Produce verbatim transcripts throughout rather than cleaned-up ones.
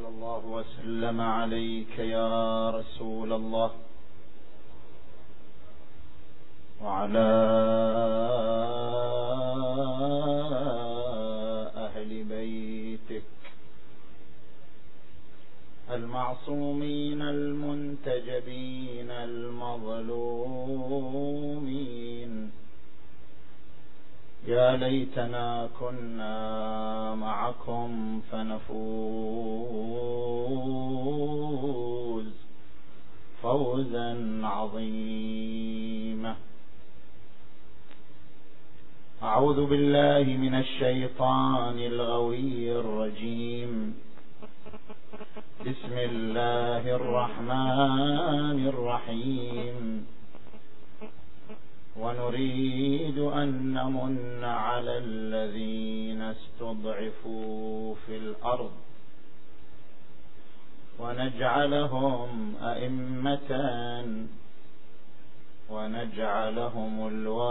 صلى الله وسلم عليك يا رسول الله وعلى أهل بيتك المعصومين المنتجبين المظلومين. يا ليتنا كنا معكم فنفوز فوزا عظيما. أعوذ بالله من الشيطان الغوي الرجيم. بسم الله الرحمن الرحيم. ونريد أن نمن على الذين استضعفوا في الأرض ونجعلهم أئمة ونجعلهم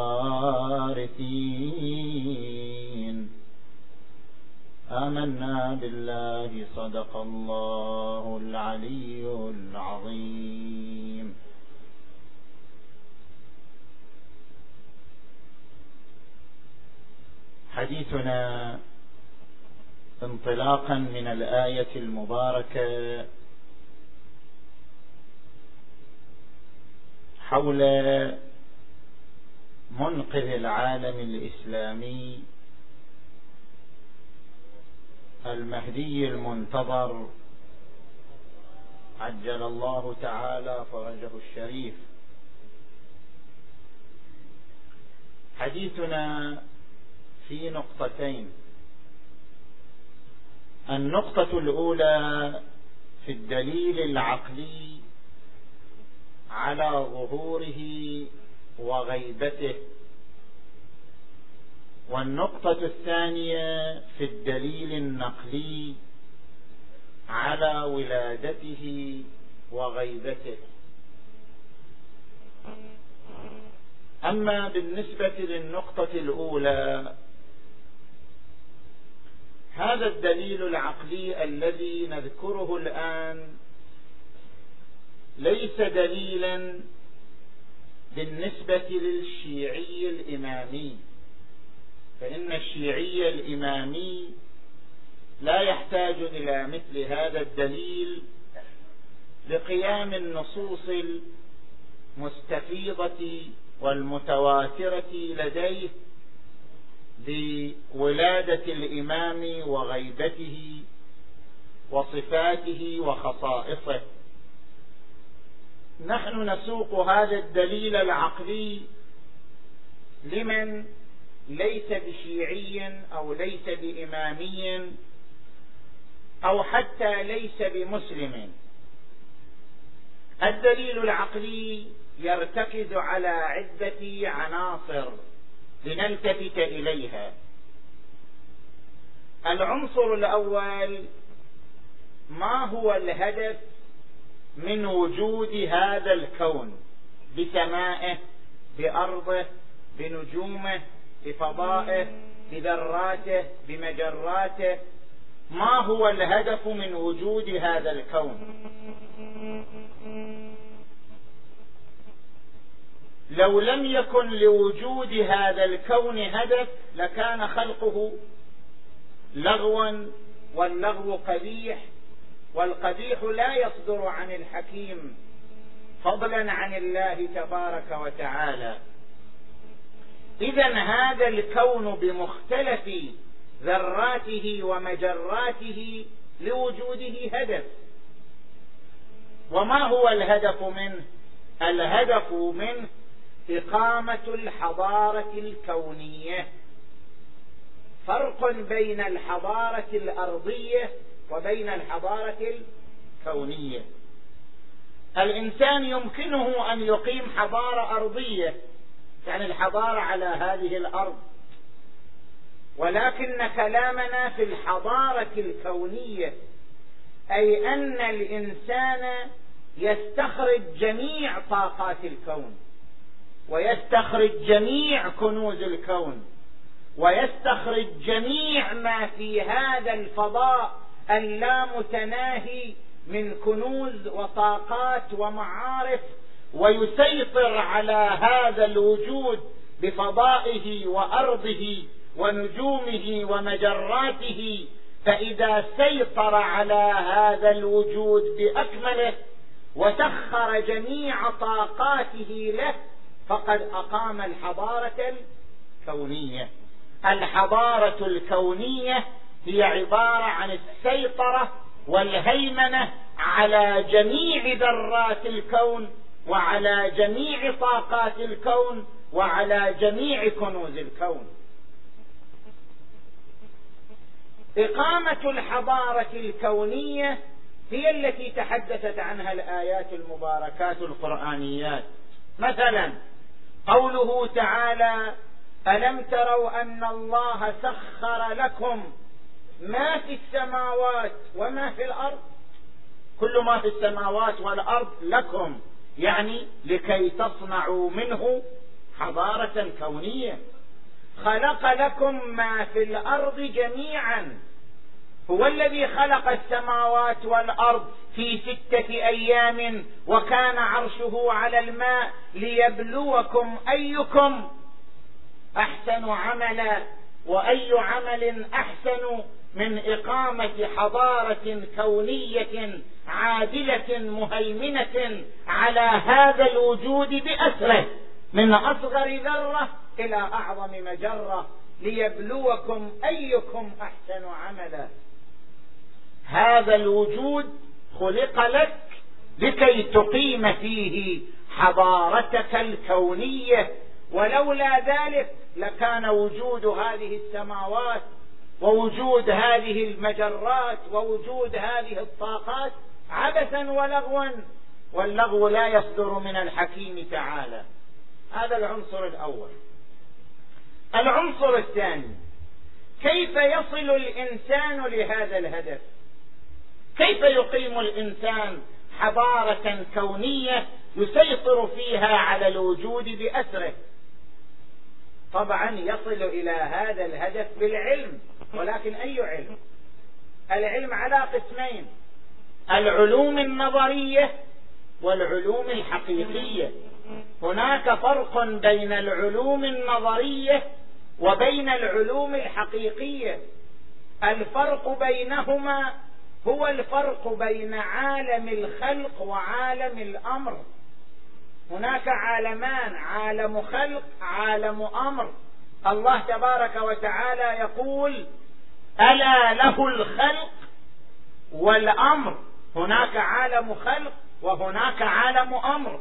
الوارثين. آمنا بالله صدق الله العلي العظيم. حديثنا انطلاقا من الآية المباركة حول منقذ العالم الإسلامي المهدي المنتظر عجل الله تعالى فرجه الشريف. حديثنا في نقطتين. النقطة الأولى في الدليل العقلي على ظهوره وغيبته، والنقطة الثانية في الدليل النقلي على ولادته وغيبته. أما بالنسبة للنقطة الأولى، هذا الدليل العقلي الذي نذكره الآن ليس دليلا بالنسبة للشيعي الإمامي، فإن الشيعي الإمامي لا يحتاج إلى مثل هذا الدليل لقيام النصوص المستفيضة والمتواترة لديه بولادة الإمام وغيبته وصفاته وخصائصه. نحن نسوق هذا الدليل العقلي لمن ليس بشيعي أو ليس بإمامي أو حتى ليس بمسلم. الدليل العقلي يرتكز على عدة عناصر لنلتفت إليها. العنصر الأول: ما هو الهدف من وجود هذا الكون بسمائه، بأرضه، بنجومه، بفضائه، بذراته، بمجراته؟ ما هو الهدف من وجود هذا الكون؟ لو لم يكن لوجود هذا الكون هدف لكان خلقه لغوا، واللغو قبيح، والقبيح لا يصدر عن الحكيم فضلا عن الله تبارك وتعالى. إذن هذا الكون بمختلف ذراته ومجراته لوجوده هدف. وما هو الهدف منه؟ الهدف منه إقامة الحضارة الكونية. فرق بين الحضارة الأرضية وبين الحضارة الكونية. الإنسان يمكنه أن يقيم حضارة أرضية، يعني الحضارة على هذه الأرض، ولكن كلامنا في الحضارة الكونية، أي أن الإنسان يستخرج جميع طاقات الكون، ويستخرج جميع كنوز الكون، ويستخرج جميع ما في هذا الفضاء اللامتناهي من كنوز وطاقات ومعارف، ويسيطر على هذا الوجود بفضائه وأرضه ونجومه ومجراته. فإذا سيطر على هذا الوجود بأكمله وسخر جميع طاقاته له فقد أقام الحضارة الكونية. الحضارة الكونية هي عبارة عن السيطرة والهيمنة على جميع ذرات الكون وعلى جميع طاقات الكون وعلى جميع كنوز الكون. إقامة الحضارة الكونية هي التي تحدثت عنها الآيات المباركات القرآنيات. مثلا قوله تعالى: ألم تروا أن الله سخر لكم ما في السماوات وما في الأرض. كل ما في السماوات والأرض لكم، يعني لكي تصنعوا منه حضارة كونية. خلق لكم ما في الأرض جميعا. هو الذي خلق السماوات والأرض في ستة أيام وكان عرشه على الماء ليبلوكم أيكم أحسن عملا. وأي عمل أحسن من إقامة حضارة كونية عادلة مهيمنة على هذا الوجود بأسره، من أصغر ذرة إلى أعظم مجرة، ليبلوكم أيكم أحسن عملا. هذا الوجود خلق لك لكي تقيم فيه حضارتك الكونية، ولولا ذلك لكان وجود هذه السماوات ووجود هذه المجرات ووجود هذه الطاقات عبثا ولغوا، واللغو لا يصدر من الحكيم تعالى. هذا العنصر الأول. العنصر الثاني: كيف يصل الإنسان لهذا الهدف؟ كيف يقيم الإنسان حضارة كونية يسيطر فيها على الوجود بأسره؟ طبعا يصل إلى هذا الهدف بالعلم، ولكن أي علم؟ العلم على قسمين: العلوم النظرية والعلوم الحقيقية. هناك فرق بين العلوم النظرية وبين العلوم الحقيقية. الفرق بينهما هو الفرق بين عالم الخلق وعالم الأمر. هناك عالمان: عالم خلق، عالم أمر. الله تبارك وتعالى يقول: ألا له الخلق والأمر. هناك عالم خلق وهناك عالم أمر.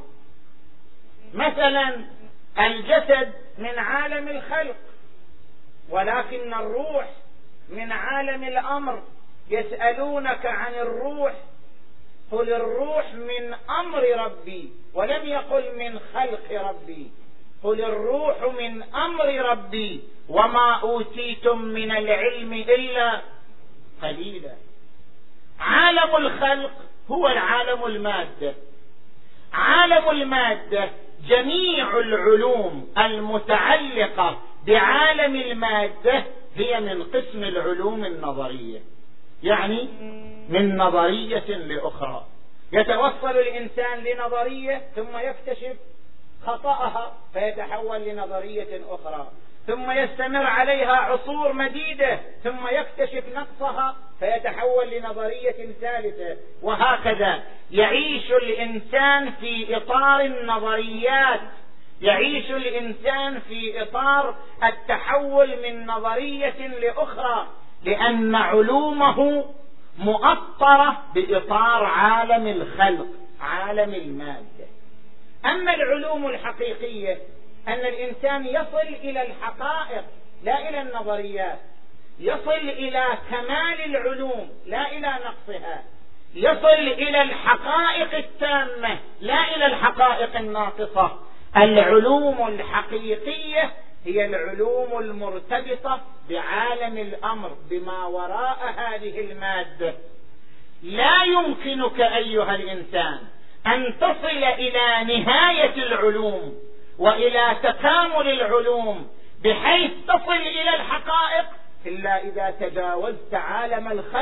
مثلا الجسد من عالم الخلق، ولكن الروح من عالم الأمر. يسألونك عن الروح، قل الروح من أمر ربي، ولم يقل من خلق ربي. قل الروح من أمر ربي وما أوتيتم من العلم إلا قليلا. عالم الخلق هو العالم المادة. عالم المادة جميع العلوم المتعلقة بعالم المادة هي من قسم العلوم النظرية، يعني من نظرية لأخرى. يتوصل الإنسان لنظرية ثم يكتشف خطأها فيتحول لنظرية أخرى، ثم يستمر عليها عصور مديدة ثم يكتشف نقصها فيتحول لنظرية ثالثة، وهكذا يعيش الإنسان في إطار النظريات. يعيش الإنسان في إطار التحول من نظرية لأخرى، لأن علومه مؤطرة بإطار عالم الخلق، عالم المادة. أما العلوم الحقيقية أن الإنسان يصل إلى الحقائق لا إلى النظريات، يصل إلى كمال العلوم لا إلى نقصها، يصل إلى الحقائق التامة لا إلى الحقائق الناقصة. العلوم الحقيقية هي العلوم المرتبطة بعالم الأمر بما وراء هذه المادة. لا يمكنك أيها الإنسان أن تصل إلى نهاية العلوم وإلى تكامل العلوم بحيث تصل إلى الحقائق إلا إذا تجاوزت عالم الخلق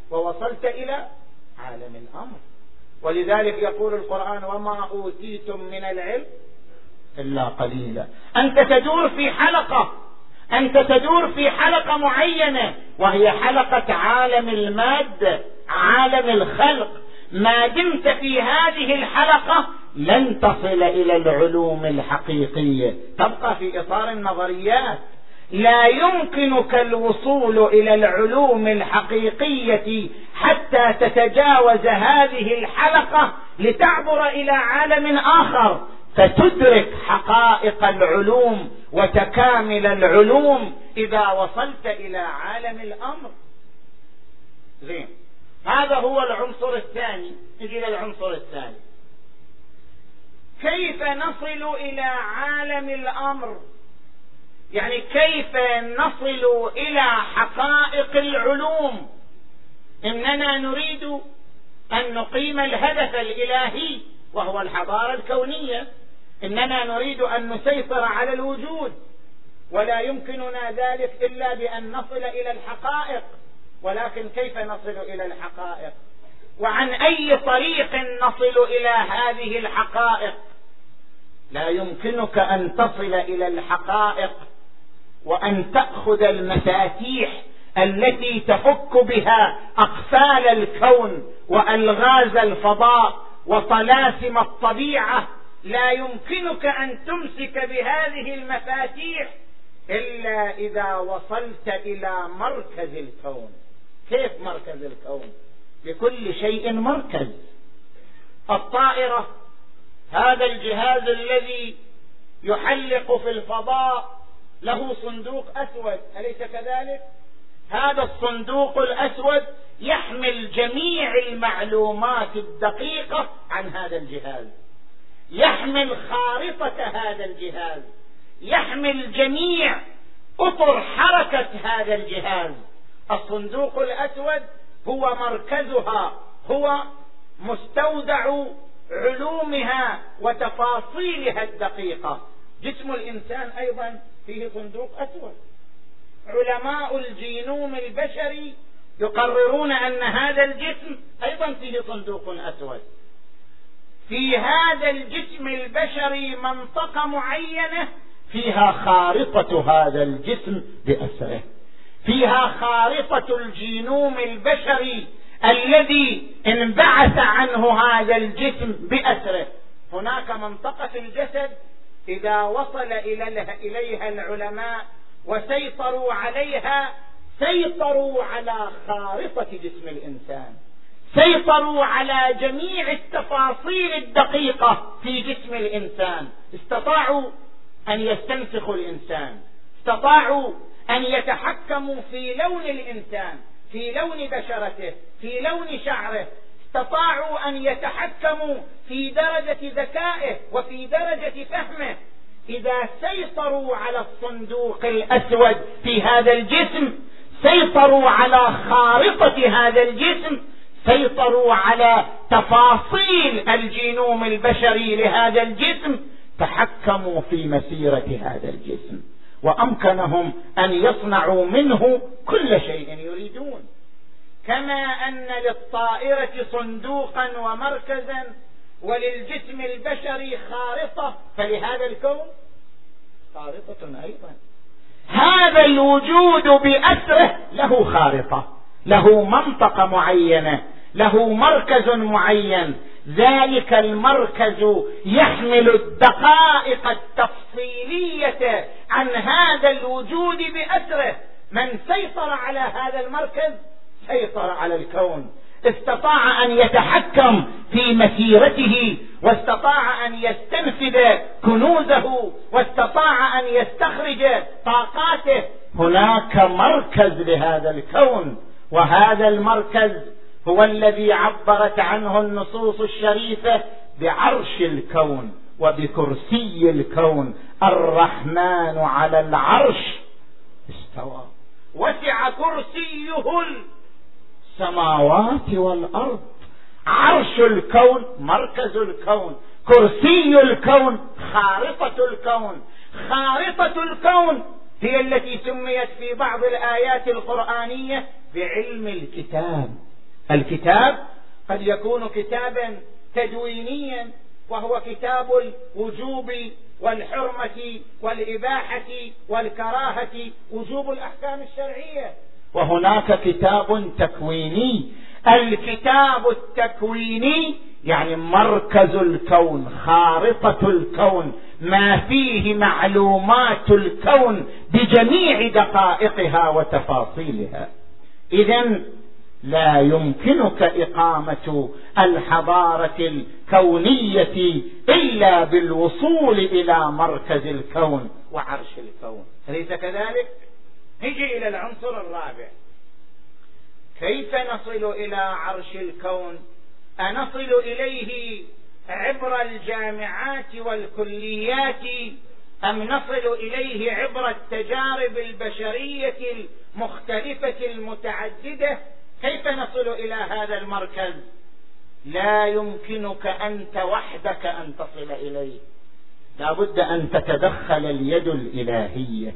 ووصلت إلى عالم الأمر. ولذلك يقول القرآن: وما أوتيتم من العلم إلا قليلا. أنت تدور في حلقة أنت تدور في حلقة معينة، وهي حلقة عالم المادة، عالم الخلق. ما دمت في هذه الحلقة لن تصل إلى العلوم الحقيقية، تبقى في إطار النظريات. لا يمكنك الوصول إلى العلوم الحقيقية حتى تتجاوز هذه الحلقة لتعبر إلى عالم آخر، فتدرك حقائق العلوم وتكامل العلوم إذا وصلت إلى عالم الأمر. زين، هذا هو العنصر الثاني. نجي للعنصر الثاني: كيف نصل إلى عالم الأمر؟ يعني كيف نصل إلى حقائق العلوم؟ إننا نريد أن نقيم الهدف الإلهي وهو الحضارة الكونية، إننا نريد أن نسيطر على الوجود، ولا يمكننا ذلك إلا بأن نصل إلى الحقائق. ولكن كيف نصل إلى الحقائق؟ وعن أي طريق نصل إلى هذه الحقائق؟ لا يمكنك أن تصل إلى الحقائق وأن تأخذ المفاتيح التي تفك بها أقفال الكون وألغاز الفضاء وطلاسم الطبيعة. لا يمكنك أن تمسك بهذه المفاتيح إلا إذا وصلت إلى مركز الكون. كيف مركز الكون؟ لكل شيء مركز. الطائرة، هذا الجهاز الذي يحلق في الفضاء، له صندوق أسود، أليس كذلك؟ هذا الصندوق الأسود يحمل جميع المعلومات الدقيقة عن هذا الجهاز، يحمل خارطة هذا الجهاز، يحمل جميع أطر حركة هذا الجهاز. الصندوق الأسود هو مركزها، هو مستودع علومها وتفاصيلها الدقيقة. جسم الإنسان أيضا فيه صندوق أسود. علماء الجينوم البشري يقررون أن هذا الجسم أيضا فيه صندوق أسود. في هذا الجسم البشري منطقة معينة فيها خارطة هذا الجسم بأسره، فيها خارطة الجينوم البشري الذي انبعث عنه هذا الجسم بأسره. هناك منطقة في الجسد إذا وصل إليها العلماء وسيطروا عليها، سيطروا على خارطة جسم الإنسان، سيطروا على جميع التفاصيل الدقيقة في جسم الإنسان. استطاعوا أن يستنسخوا الإنسان، استطاعوا أن يتحكموا في لون الإنسان، في لون بشرته، في لون شعره، استطاعوا أن يتحكموا في درجة ذكائه وفي درجة فهمه. إذا سيطروا على الصندوق الأسود في هذا الجسم، سيطروا على خارطة هذا الجسم، سيطروا على تفاصيل الجينوم البشري لهذا الجسم، تحكموا في مسيرة هذا الجسم، وأمكنهم أن يصنعوا منه كل شيء يريدون. كما أن للطائرة صندوقا ومركزا وللجسم البشري خارطة، فلهذا الكون خارطة أيضا. هذا الوجود بأسره له خارطة، له منطقة معينة، له مركز معين. ذلك المركز يحمل الدقائق التفصيلية عن هذا الوجود بأسره. من سيطر على هذا المركز سيطر على الكون، استطاع أن يتحكم في مسيرته، واستطاع أن يستنفذ كنوزه، واستطاع أن يستخرج طاقاته. هناك مركز لهذا الكون، وهذا المركز هو الذي عبرت عنه النصوص الشريفة بعرش الكون وبكرسي الكون. الرحمن على العرش استوى وسع كرسيه السماوات والأرض. عرش الكون مركز الكون، كرسي الكون خارطة الكون. خارطة الكون هي التي سميت في بعض الآيات القرآنية بعلم الكتاب. الكتاب قد يكون كتابا تدوينيا، وهو كتاب الوجوب والحرمة والإباحة والكراهة، وجوب الأحكام الشرعية. وهناك كتاب تكويني. الكتاب التكويني يعني مركز الكون، خارطة الكون، ما فيه معلومات الكون بجميع دقائقها وتفاصيلها. إذن لا يمكنك إقامة الحضارة الكونية إلا بالوصول إلى مركز الكون وعرش الكون، أليس كذلك؟ نجي إلى العنصر الرابع، كيف نصل إلى عرش الكون؟ أنصل إليه عبر الجامعات والكليات، أم نصل إليه عبر التجارب البشرية المختلفة المتعددة؟ كيف نصل إلى هذا المركز؟ لا يمكنك أنت وحدك أن تصل إليه، لا بد أن تتدخل اليد الإلهية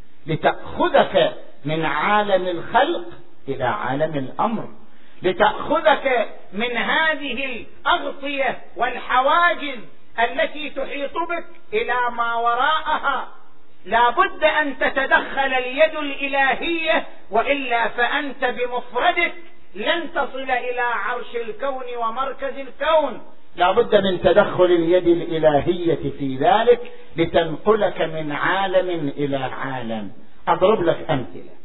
لتأخذك من عالم الخلق إلى عالم الأمر، لتأخذك من هذه الأغطية والحواجز التي تحيط بك إلى ما وراءها. لا بد أن تتدخل اليد الإلهية، وإلا فأنت بمفردك لن تصل إلى عرش الكون ومركز الكون. لا بد من تدخل اليد الإلهية في ذلك لتنقلك من عالم إلى عالم. أضرب لك أمثلة.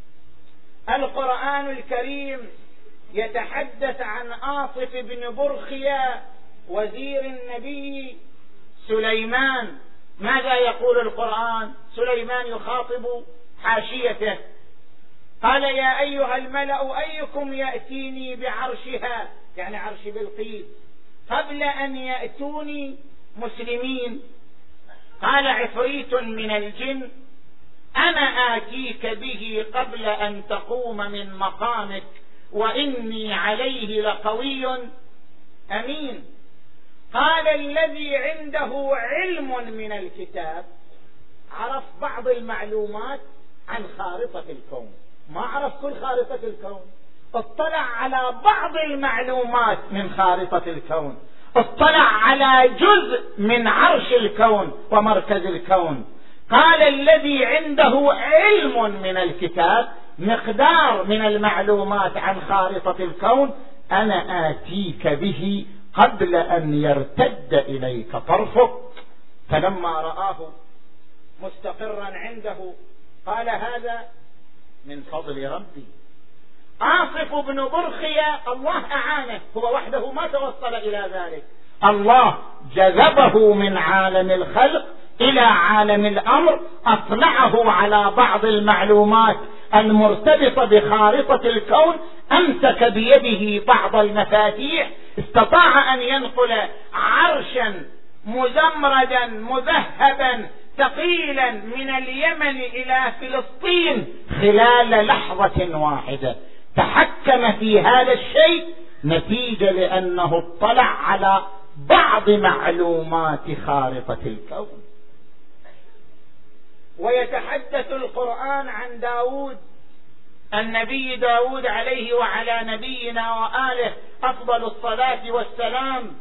القرآن الكريم يتحدث عن آصف بن برخيا وزير النبي سليمان. ماذا يقول القرآن؟ سليمان يخاطب حاشيته، قال: يا أيها الملأ أيكم يأتيني بعرشها، يعني عرش بلقيس، قبل أن يأتوني مسلمين. قال عفريت من الجن: أنا آتيك به قبل أن تقوم من مقامك وإني عليه لقوي أمين. قال الذي عنده علم من الكتاب، عرف بعض المعلومات عن خارطة الكون، ما عرف كل خارطة الكون، اطلع على بعض المعلومات من خارطة الكون، اطلع على جزء من عرش الكون ومركز الكون. قال الذي عنده علم من الكتاب، مقدار من المعلومات عن خارطة الكون، أنا آتيك به قبل أن يرتد إليك طرفك. فلما رآه مستقرا عنده قال: هذا من فضل ربي. آصف بن برخيا الله أعانه، هو وحده ما توصل إلى ذلك، الله جذبه من عالم الخلق إلى عالم الأمر، أطلعه على بعض المعلومات المرتبطة بخارطة الكون، أمسك بيده بعض المفاتيح، استطاع أن ينقل عرشا مزمردا مذهبا ثقيلا من اليمن إلى فلسطين خلال لحظة واحدة. تحكم في هذا الشيء نتيجة لأنه اطلع على بعض معلومات خارطة الكون. ويتحدث القرآن عن داود، النبي داود عليه وعلى نبينا وآله أفضل الصلاة والسلام: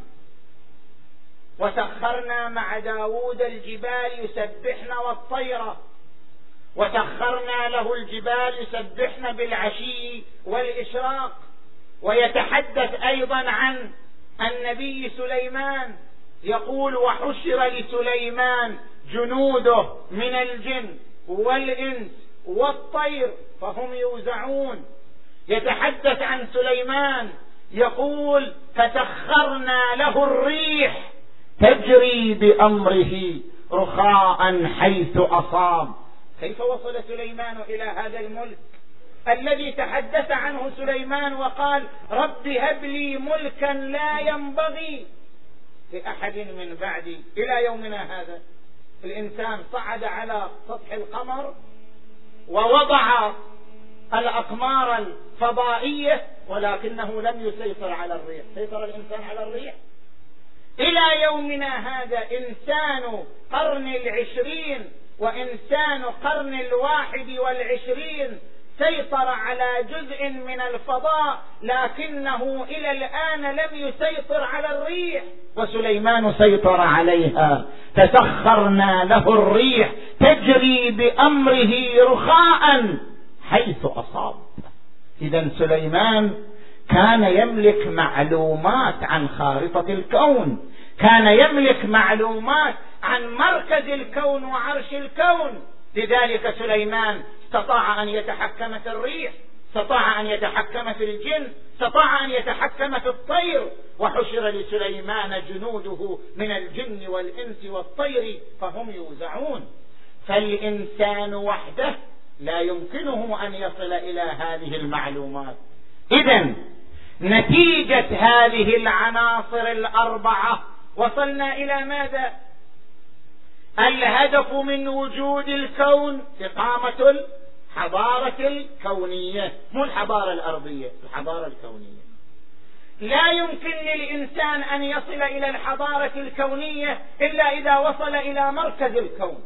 وسخرنا مع داود الجبال يسبحن والطير، وسخرنا له الجبال يسبحن بالعشي والإشراق. ويتحدث أيضا عن النبي سليمان، يقول: وحشر لسليمان جنوده من الجن والإنس والطير فهم يوزعون. يتحدث عن سليمان يقول: فسخرنا له الريح تجري بأمره رخاء حيث أصاب. كيف وصل سليمان إلى هذا الملك الذي تحدث عنه سليمان وقال: رب هب لي ملكا لا ينبغي لأحد من بعدي؟ إلى يومنا هذا الإنسان صعد على سطح القمر ووضع الأقمار الفضائية، ولكنه لم يسيطر على الريح. سيطر الإنسان على الريح؟ إلى يومنا هذا إنسان قرن العشرين وإنسان قرن الواحد والعشرين سيطر على جزء من الفضاء، لكنه إلى الآن لم يسيطر على الريح، وسليمان سيطر عليها. فسخرنا له الريح تجري بأمره رخاء حيث أصاب. إذن سليمان كان يملك معلومات عن خارطة الكون، كان يملك معلومات عن مركز الكون وعرش الكون. لذلك سليمان استطاع أن يتحكم في الريح، استطاع أن يتحكم في الجن، استطاع أن يتحكم في الطير. وحشر لسليمان جنوده من الجن والإنس والطير فهم يوزعون. فالإنسان وحده لا يمكنه أن يصل إلى هذه المعلومات. إذن نتيجة هذه العناصر الأربعة وصلنا إلى ماذا؟ الهدف من وجود الكون إقامة الحضارة الكونية، مو الحضارة الأرضية، الحضارة الكونية. لا يمكن للإنسان أن يصل إلى الحضارة الكونية إلا إذا وصل إلى مركز الكون.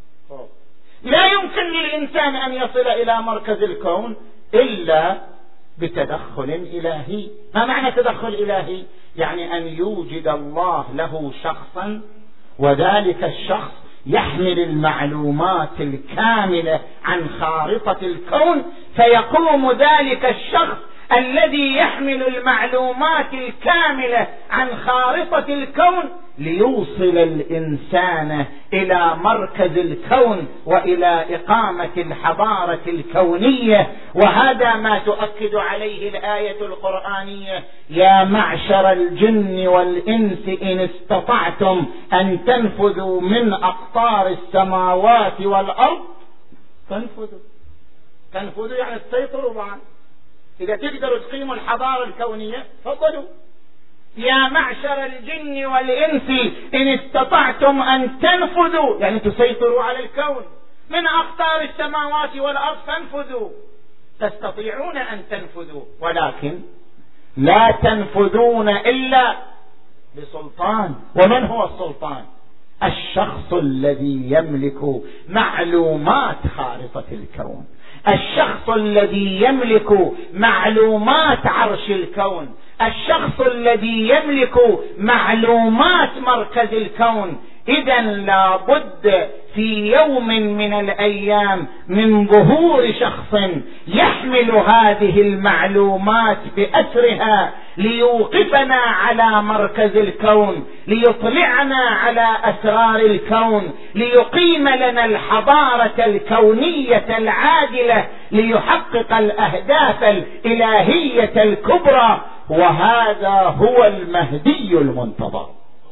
لا يمكن للإنسان أن يصل إلى مركز الكون إلا بتدخل إلهي. ما معنى تدخل إلهي؟ يعني أن يوجد الله له شخصا، وذلك الشخص يحمل المعلومات الكاملة عن خارطة الكون، فيقوم ذلك الشخص الذي يحمل المعلومات الكاملة عن خارطة الكون ليوصل الإنسان إلى مركز الكون وإلى إقامة الحضارة الكونية. وهذا ما تؤكد عليه الآية القرآنية: يا معشر الجن والإنس إن استطعتم أن تنفذوا من أقطار السماوات والأرض تنفذوا. تنفذوا يعني تسيطروا معا. إذا تقدروا تقيموا الحضارة الكونية تفضلوا. يا معشر الجن والإنس إن استطعتم أن تنفذوا يعني تسيطروا على الكون من أقطار السماوات والأرض فانفذوا. تستطيعون أن تنفذوا، ولكن لا تنفذون إلا بسلطان. ومن هو السلطان؟ الشخص الذي يملك معلومات خارطة الكون، الشخص الذي يملك معلومات عرش الكون، الشخص الذي يملك معلومات مركز الكون. إذن لا بد في يوم من الأيام من ظهور شخص يحمل هذه المعلومات بأسرها ليوقفنا على مركز الكون، ليطلعنا على أسرار الكون، ليقيم لنا الحضارة الكونية العادلة، ليحقق الأهداف الإلهية الكبرى. وهذا هو المهدي المنتظر.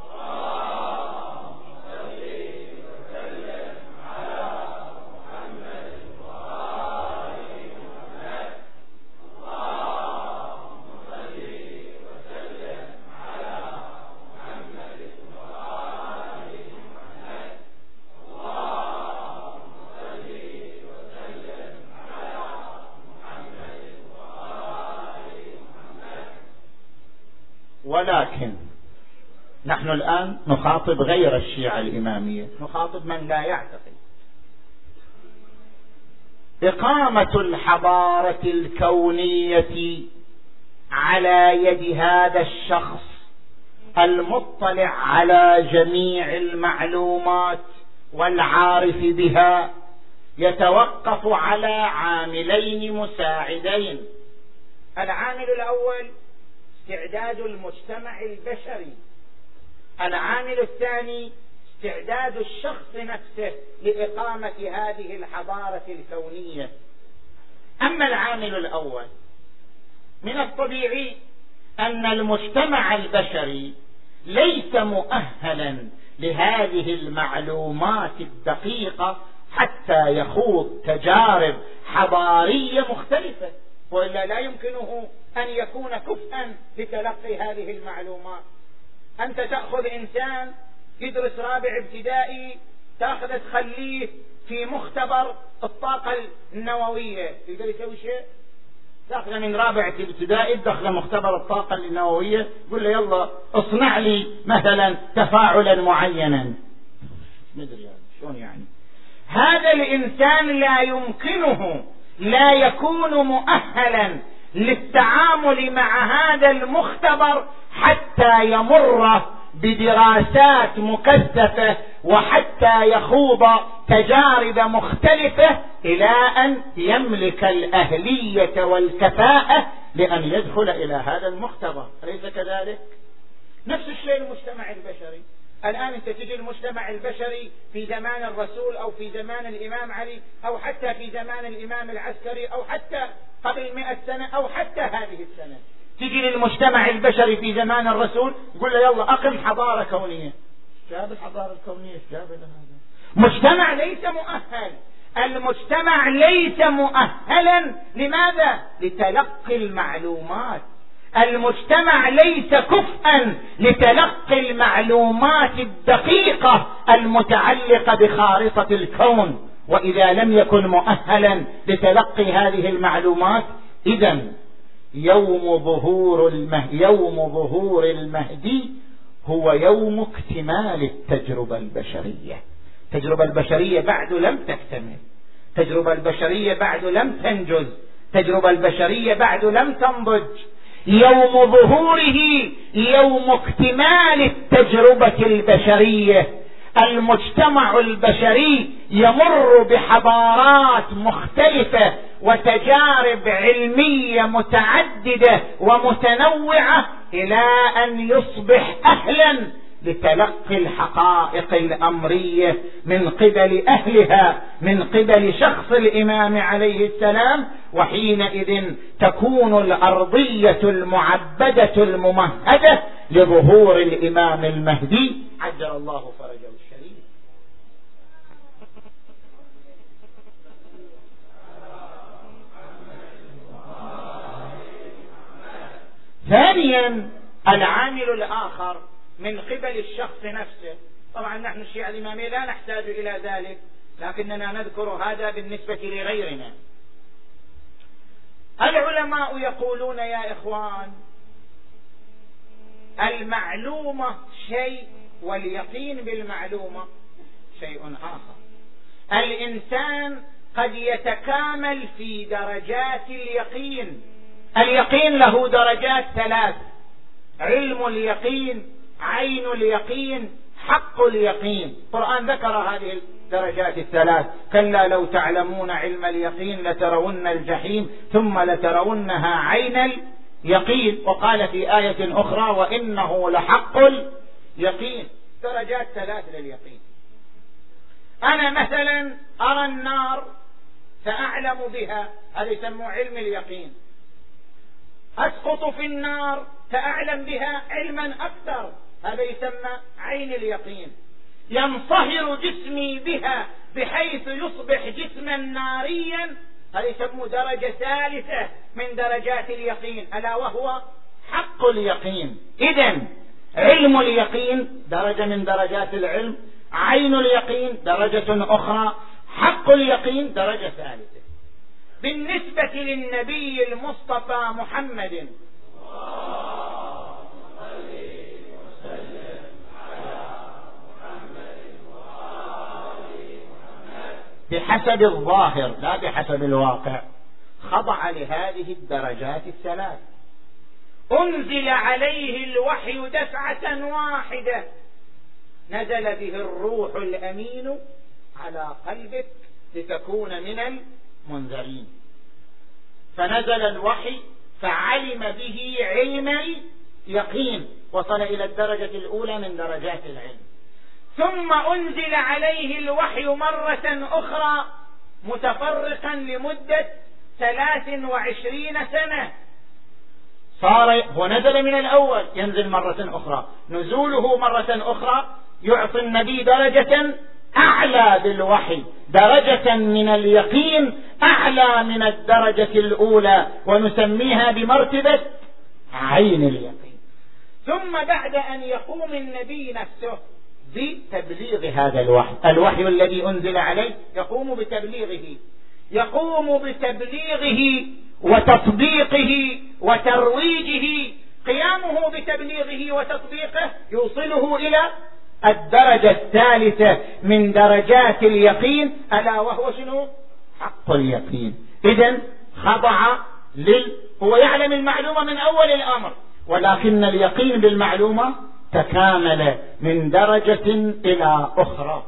ولكن نحن الآن نخاطب غير الشيعة الإمامية، نخاطب من لا يعتقد. إقامة الحضارة الكونية على يد هذا الشخص المطلع على جميع المعلومات والعارف بها يتوقف على عاملين مساعدين. العامل الأول استعداد المجتمع البشري، العامل الثاني استعداد الشخص نفسه لإقامة هذه الحضارة الكونية. أما العامل الأول، من الطبيعي أن المجتمع البشري ليس مؤهلا لهذه المعلومات الدقيقة حتى يخوض تجارب حضارية مختلفة، وإلا لا يمكنه أن يكون كفءا لتلقي هذه المعلومات. أنت تأخذ إنسان يدرس رابع ابتدائي تأخذ تخليه في مختبر الطاقة النووية، يقدر يسوي شيء؟ تأخذ من رابع ابتدائي تدخل مختبر الطاقة النووية قل له يلا اصنع لي مثلا تفاعلا معينا، مدري يعني شلون يعني. هذا الإنسان لا يمكنه لا يكون مؤهلا للتعامل مع هذا المختبر حتى يمر بدراسات مكثفة وحتى يخوض تجارب مختلفة إلى أن يملك الأهلية والكفاءة لأن يدخل إلى هذا المختبر. أليس كذلك؟ نفس الشيء المجتمع البشري. الآن أنت تجي المجتمع البشري في زمان الرسول أو في زمان الإمام علي أو حتى في زمان الإمام العسكري أو حتى قبل مئة سنة أو حتى هذه السنة، تجي للمجتمع البشري في زمان الرسول تقول له يلا أقم حضارة كونية. جاب الحضارة الكونية، جاب هذا مجتمع ليس مؤهل. المجتمع ليس مؤهلا. لماذا؟ لتلقي المعلومات. المجتمع ليس كفءا لتلقي المعلومات الدقيقة المتعلقة بخارطة الكون. وإذا لم يكن مؤهلا لتلقي هذه المعلومات، إذن يوم ظهور المهدي يوم ظهور المهدي هو يوم اكتمال التجربة البشرية. التجربة البشرية بعد لم تكتمل، التجربة البشرية بعد لم تنجز، التجربة البشرية بعد لم تنضج. يوم ظهوره يوم اكتمال التجربة البشرية. المجتمع البشري يمر بحضارات مختلفة وتجارب علمية متعددة ومتنوعة إلى أن يصبح أهلا لتلقي الحقائق الأمرية من قبل أهلها، من قبل شخص الإمام عليه السلام. وحينئذ تكون الأرضية المعبدة الممهدة لظهور الإمام المهدي عجل الله فرجه الشريف. ثانيا العامل الآخر من قبل الشخص نفسه. طبعا نحن الشيعة الإمامية لا نحتاج إلى ذلك، لكننا نذكر هذا بالنسبة لغيرنا. العلماء يقولون يا إخوان المعلومة شيء واليقين بالمعلومة شيء آخر. الإنسان قد يتكامل في درجات اليقين. اليقين له درجات ثلاث: علم اليقين، عين اليقين، حق اليقين. القرآن ذكر هذه الدرجات الثلاث: كلا لو تعلمون علم اليقين لترون الجحيم ثم لترونها عين اليقين. وقال في آية أخرى وإنه لحق اليقين. درجات ثلاث لليقين. أنا مثلا أرى النار فأعلم بها، هذا يسمى علم اليقين. أسقط في النار فأعلم بها علما أكثر، هذا يسمى عين اليقين. ينصهر جسمي بها بحيث يصبح جسما ناريا، هذا يسمى درجة ثالثة من درجات اليقين، ألا وهو حق اليقين. إذن علم اليقين درجة من درجات العلم، عين اليقين درجة أخرى، حق اليقين درجة ثالثة. بالنسبة للنبي المصطفى محمد بحسب الظاهر لا بحسب الواقع خضع لهذه الدرجات الثلاث. أنزل عليه الوحي دفعة واحدة، نزل به الروح الأمين على قلبك لتكون من المنذرين. فنزل الوحي فعلم به علم اليقين، وصل إلى الدرجة الأولى من درجات العلم. ثم أنزل عليه الوحي مرة أخرى متفرقا لمدة ثلاث وعشرين سنة. صار هو نزل من الأول ينزل مرة أخرى، نزوله مرة أخرى يعطي النبي درجة أعلى بالوحي، درجة من اليقين أعلى من الدرجة الأولى، ونسميها بمرتبة عين اليقين. ثم بعد أن يقوم النبي نفسه بتبليغ هذا الوحي، الوحي الذي أنزل عليه يقوم بتبليغه، يقوم بتبليغه وتطبيقه وترويجه. قيامه بتبليغه وتطبيقه يوصله إلى الدرجة الثالثة من درجات اليقين، ألا وهو شنو؟ حق اليقين. إذن خضع لل هو يعلم المعلومة من أول الأمر، ولكن اليقين بالمعلومة تكامل من درجة إلى أخرى.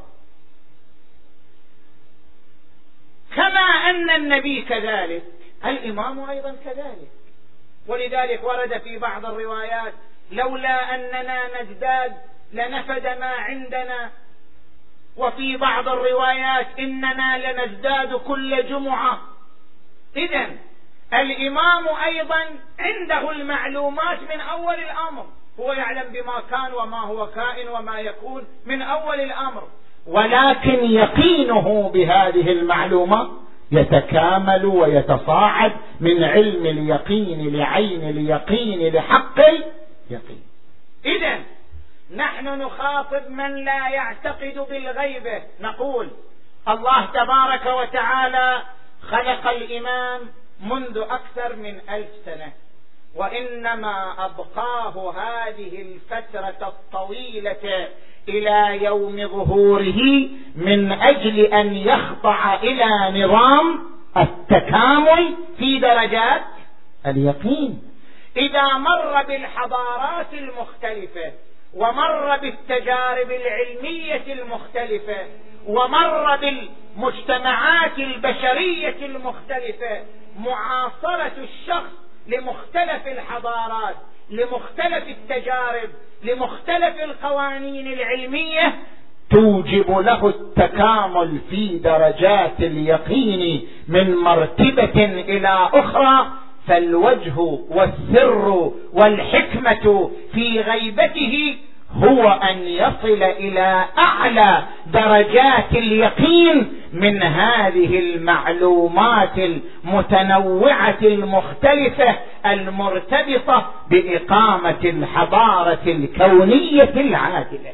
كما أن النبي كذلك، الإمام أيضا كذلك. ولذلك ورد في بعض الروايات: لولا أننا نزداد لنفد ما عندنا. وفي بعض الروايات: إننا لنزداد كل جمعة. إذن الإمام أيضا عنده المعلومات من أول الأمر، هو يعلم بما كان وما هو كائن وما يكون من أول الأمر، ولكن يقينه بهذه المعلومة يتكامل ويتصاعد من علم اليقين لعين اليقين لحق اليقين. إذن نحن نخاطب من لا يعتقد بالغيبة، نقول: الله تبارك وتعالى خلق الإمام منذ أكثر من ألف سنة، وإنما أبقاه هذه الفترة الطويلة إلى يوم ظهوره من أجل أن يخضع إلى نظام التكامل في درجات اليقين. إذا مر بالحضارات المختلفة، ومر بالتجارب العلمية المختلفة، ومر بالمجتمعات البشرية المختلفة، معاصرة الشخص لمختلف الحضارات، لمختلف التجارب، لمختلف القوانين العلمية، توجب له التكامل في درجات اليقين من مرتبة إلى أخرى. فالوجه والسر والحكمة في غيبته هو أن يصل إلى أعلى درجات اليقين من هذه المعلومات المتنوعة المختلفة المرتبطة بإقامة الحضارة الكونية العادلة.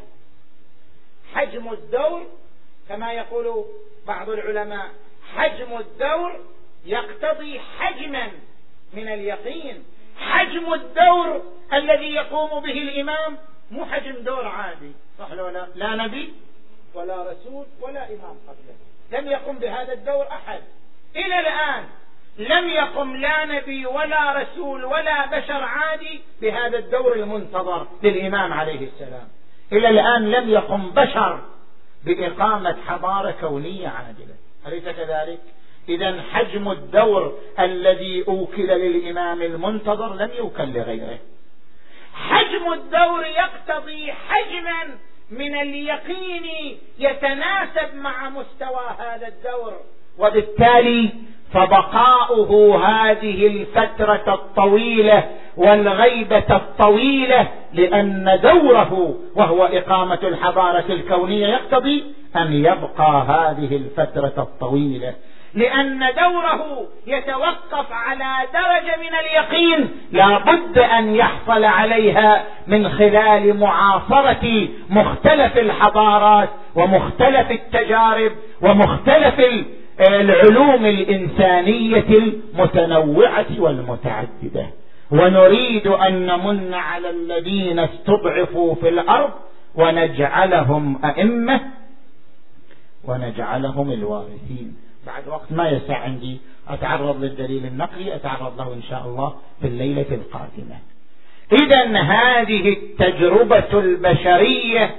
حجم الدور كما يقول بعض العلماء، حجم الدور يقتضي حجما من اليقين. حجم الدور الذي يقوم به الإمام مو حجم دور عادي، صح ولا لا؟ لا نبي ولا رسول ولا إمام قبله لم يقم بهذا الدور أحد إلى الآن. لم يقم لا نبي ولا رسول ولا بشر عادي بهذا الدور المنتظر للإمام عليه السلام. إلى الآن لم يقم بشر بإقامة حضارة كونية عادلة، أليس كذلك؟ إذن حجم الدور الذي أوكل للإمام المنتظر لم يوكل لغيره. حجم الدور يقتضي حجما من اليقين يتناسب مع مستوى هذا الدور، وبالتالي فبقاؤه هذه الفترة الطويلة والغيبة الطويلة لأن دوره وهو إقامة الحضارة الكونية يقتضي أن يبقى هذه الفترة الطويلة، لأن دوره يتوقف على درجة من اليقين لا بد أن يحصل عليها من خلال معاصرة مختلف الحضارات ومختلف التجارب ومختلف العلوم الإنسانية المتنوعة والمتعددة. ونريد أن نمن على الذين استضعفوا في الأرض ونجعلهم أئمة ونجعلهم الوارثين. بعد وقت ما يسع عندي أتعرض للدليل النقلي، أتعرض له إن شاء الله في الليلة القادمة. إذن هذه التجربة البشرية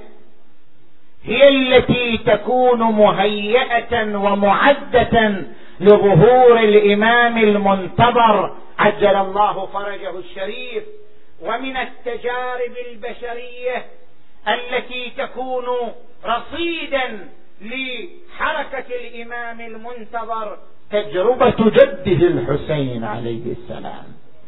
هي التي تكون مهيئة ومعدة لظهور الإمام المنتظر عجل الله فرجه الشريف. ومن التجارب البشرية التي تكون رصيدا لحركة الإمام المنتظر تجربة جده الحسين عليه السلام.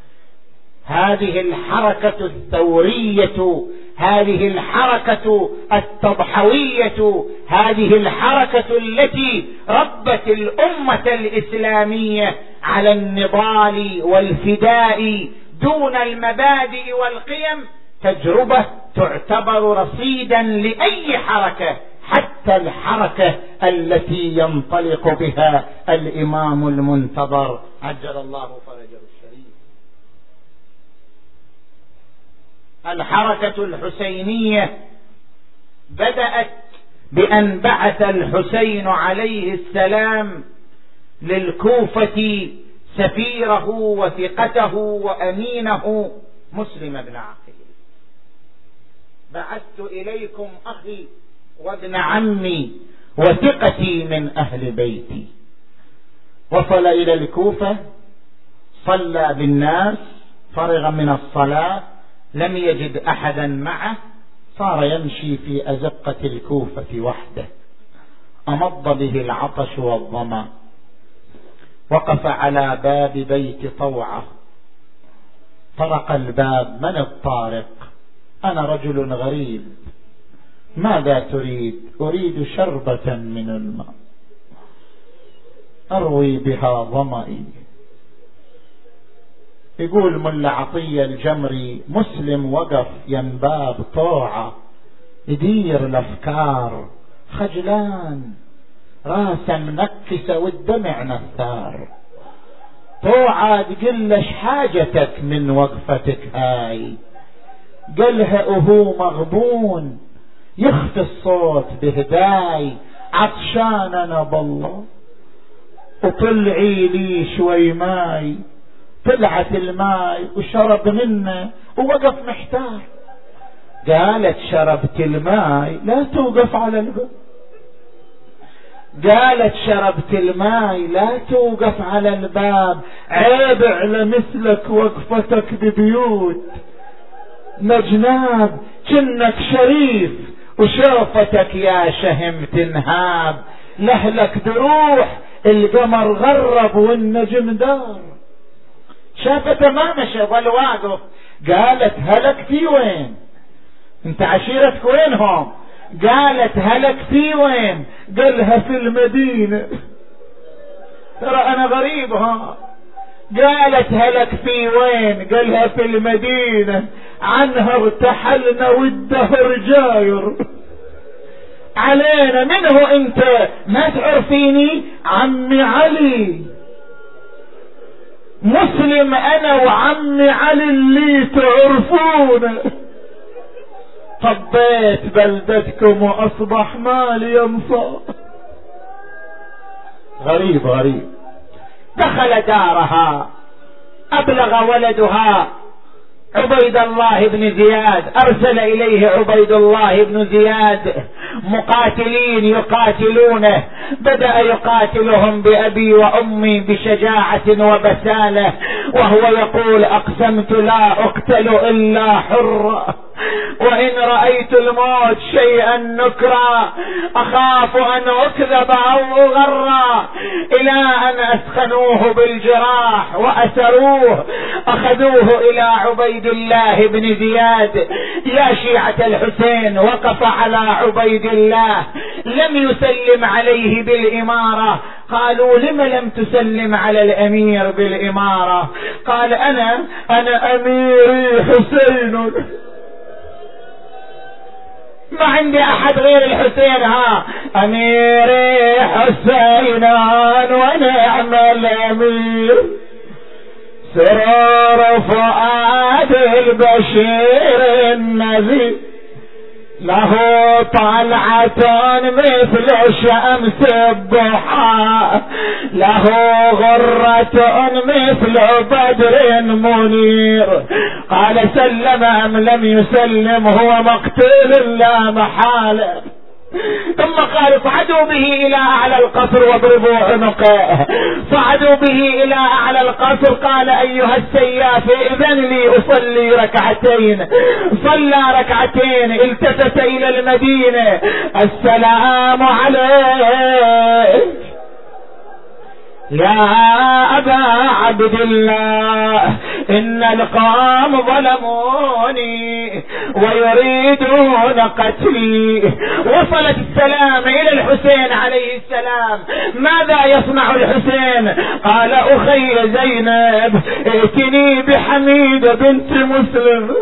هذه الحركة الثورية، هذه الحركة التضحوية، هذه الحركة التي ربت الأمة الإسلامية على النضال والفداء دون المبادئ والقيم، تجربة تعتبر رصيدا لأي حركة، حتى الحركة التي ينطلق بها الإمام المنتظر عجل الله فرجه الشريف. الحركة الحسينية بدأت بأن بعث الحسين عليه السلام للكوفة سفيره وثقته وأمينه مسلم بن عقيل. بعثت إليكم أخي وابن عمي وثقتي من أهل بيتي. وصل إلى الكوفة، صلى بالناس، فرغ من الصلاة، لم يجد أحدا معه، صار يمشي في أزقة الكوفة وحده، أمض به العطش والظمأ، وقف على باب بيت طوعة، طرق الباب: من الطارق؟ أنا رجل غريب، ماذا تريد؟ أريد شربة من الماء أروي بها ظمئي. يقول ملا عطية الجمري: مسلم وقف ينباب طوعة يدير الأفكار، خجلان، راسه منكسة والدمع نثار. طوعة تقلش حاجتك من وقفتك هاي؟ قالها وهو مغبون يخفي الصوت بهداي: عطشان أنا بالله وطلعي لي شوي ماي. طلعت الماي وشرب منه ووقف محتار. قالت: شربت الماي لا توقف على الباب. قالت: شربت الماي لا توقف على الباب، عيب على مثلك وقفتك ببيوت مجناب، كنك شريف وشوفتك يا شهم تنهاب. لهلك بروح القمر غرب والنجم دار. شافته ما مشى ظل واقف. قالت: هلك في وين؟ انت عشيرتك وينهم؟ قالت: هلك في وين؟ قالها: في المدينة. ترى انا غريب ها. قالت: هلك في وين؟ قالها: في المدينة. عنها ارتحلنا والدهر جاير علينا. من هو انت؟ ما تعرفيني؟ عمي علي مسلم انا وعمي علي اللي تعرفونه. طبيت بلدتكم واصبح مالي ينصاب. غريب غريب. دخل دارها، ابلغ ولدها عبيد الله بن زياد، ارسل اليه عبيد الله بن زياد مقاتلين يقاتلونه. بدأ يقاتلهم بأبي وأمي بشجاعة وبسالة، وهو يقول: أقسمت لا أقتل إلا حرا، وإن رأيت الموت شيئا نكرا أخاف أن أكذب أو أغرى. إلى أن أسخنوه بالجراح وأسروه، أخذوه إلى عبيد الله بن زياد. يا شيعة الحسين، وقف على عبيد الله، لم يسلم عليه بالإمارة. قالوا: لم لم تسلم على الأمير بالإمارة؟ قال: أنا أنا أميري حسين، ما عندي أحد غير الحسين. ها أميري حسين ونعم الأمير، سرور فؤاد البشير النذير، له طلعة مثل شمس الضحى، له غرة مثل بدر منير. قال: سلم أم لم يسلم؟ هو مقتول لا محالة. ثم قال: صعدوا به إلى أعلى القصر واضربوا عنقه. صعدوا به إلى أعلى القصر. قال: أيها السياف إذن لي أصلي ركعتين. صلى ركعتين، التفت إلى المدينة: السلام عليك يا أبا عبد الله، إن القوم ظلموني ويريدون قتلي. وصلت السلام إلى الحسين عليه السلام. ماذا يصنع الحسين؟ قال: أخي زينب، ائتني بحميدة بنت مسلم.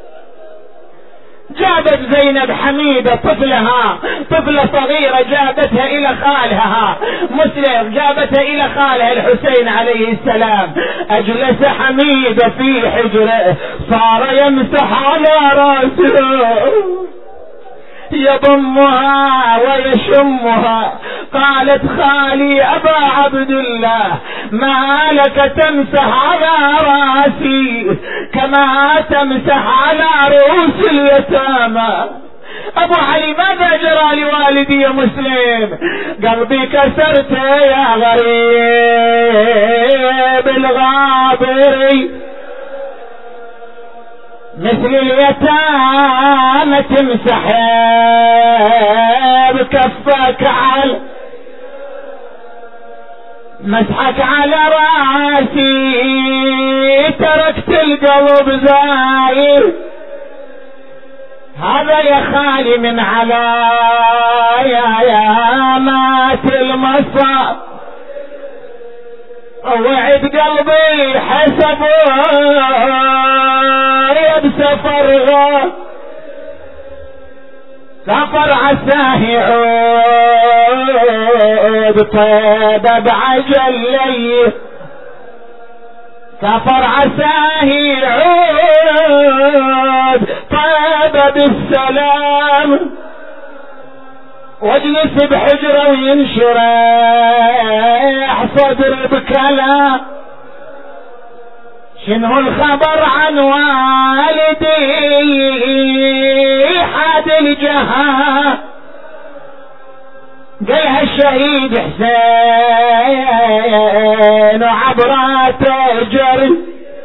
جابت زينب حميدة طفلها، طفلة صغيرة، جابتها إلى خالها مسلم، جابتها إلى خالها الحسين عليه السلام. أجلس حميدة في حجره، صار يمسح على رأسها، يضمها ويشمها. قالت خالي أبا عبد الله ما لك تمسح على راسي كما تمسح على رؤوس اليتامى؟ أبو علي ماذا جرى لوالدي يا مسلم؟ قلبي كسرته يا غريب الغابري مثل اليتامى تمسح بكفك على مسحك على راسي تركت القلب زاير. هذا يا خالي من علايا يا مات المصاب وعد قلبي حسبه بسفر غاب سفر عساه يعود طيب بعجل لي سفر عساه يعود طيب بالسلام واجلس بحجره وينشرح صدر بكلام. شنو الخبر عن والدي حاد الجهاد؟ قالها الشهيد حسين وعبراته جري.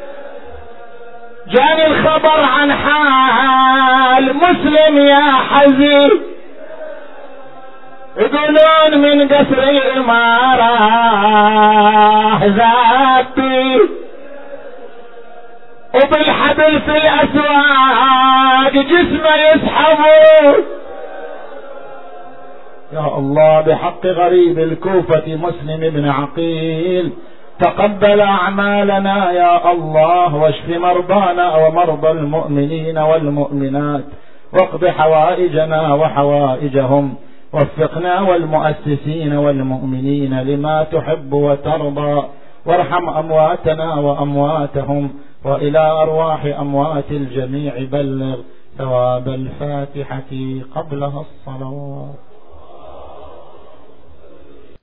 جاني الخبر عن حال مسلم يا حزين يقولون من قصر الإمارة ذاتي وبالحبل في الأسواق جسمه يسحبه. يا الله بحق غريب الكوفة مسلم بن عقيل تقبل أعمالنا يا الله واشف مرضانا ومرضى المؤمنين والمؤمنات واقض حوائجنا وحوائجهم وفقنا والمؤسسين والمؤمنين لما تحب وترضى وارحم أمواتنا وأمواتهم وإلى أرواح أموات الجميع بلغ ثواب الفاتحة قبلها الصلوات.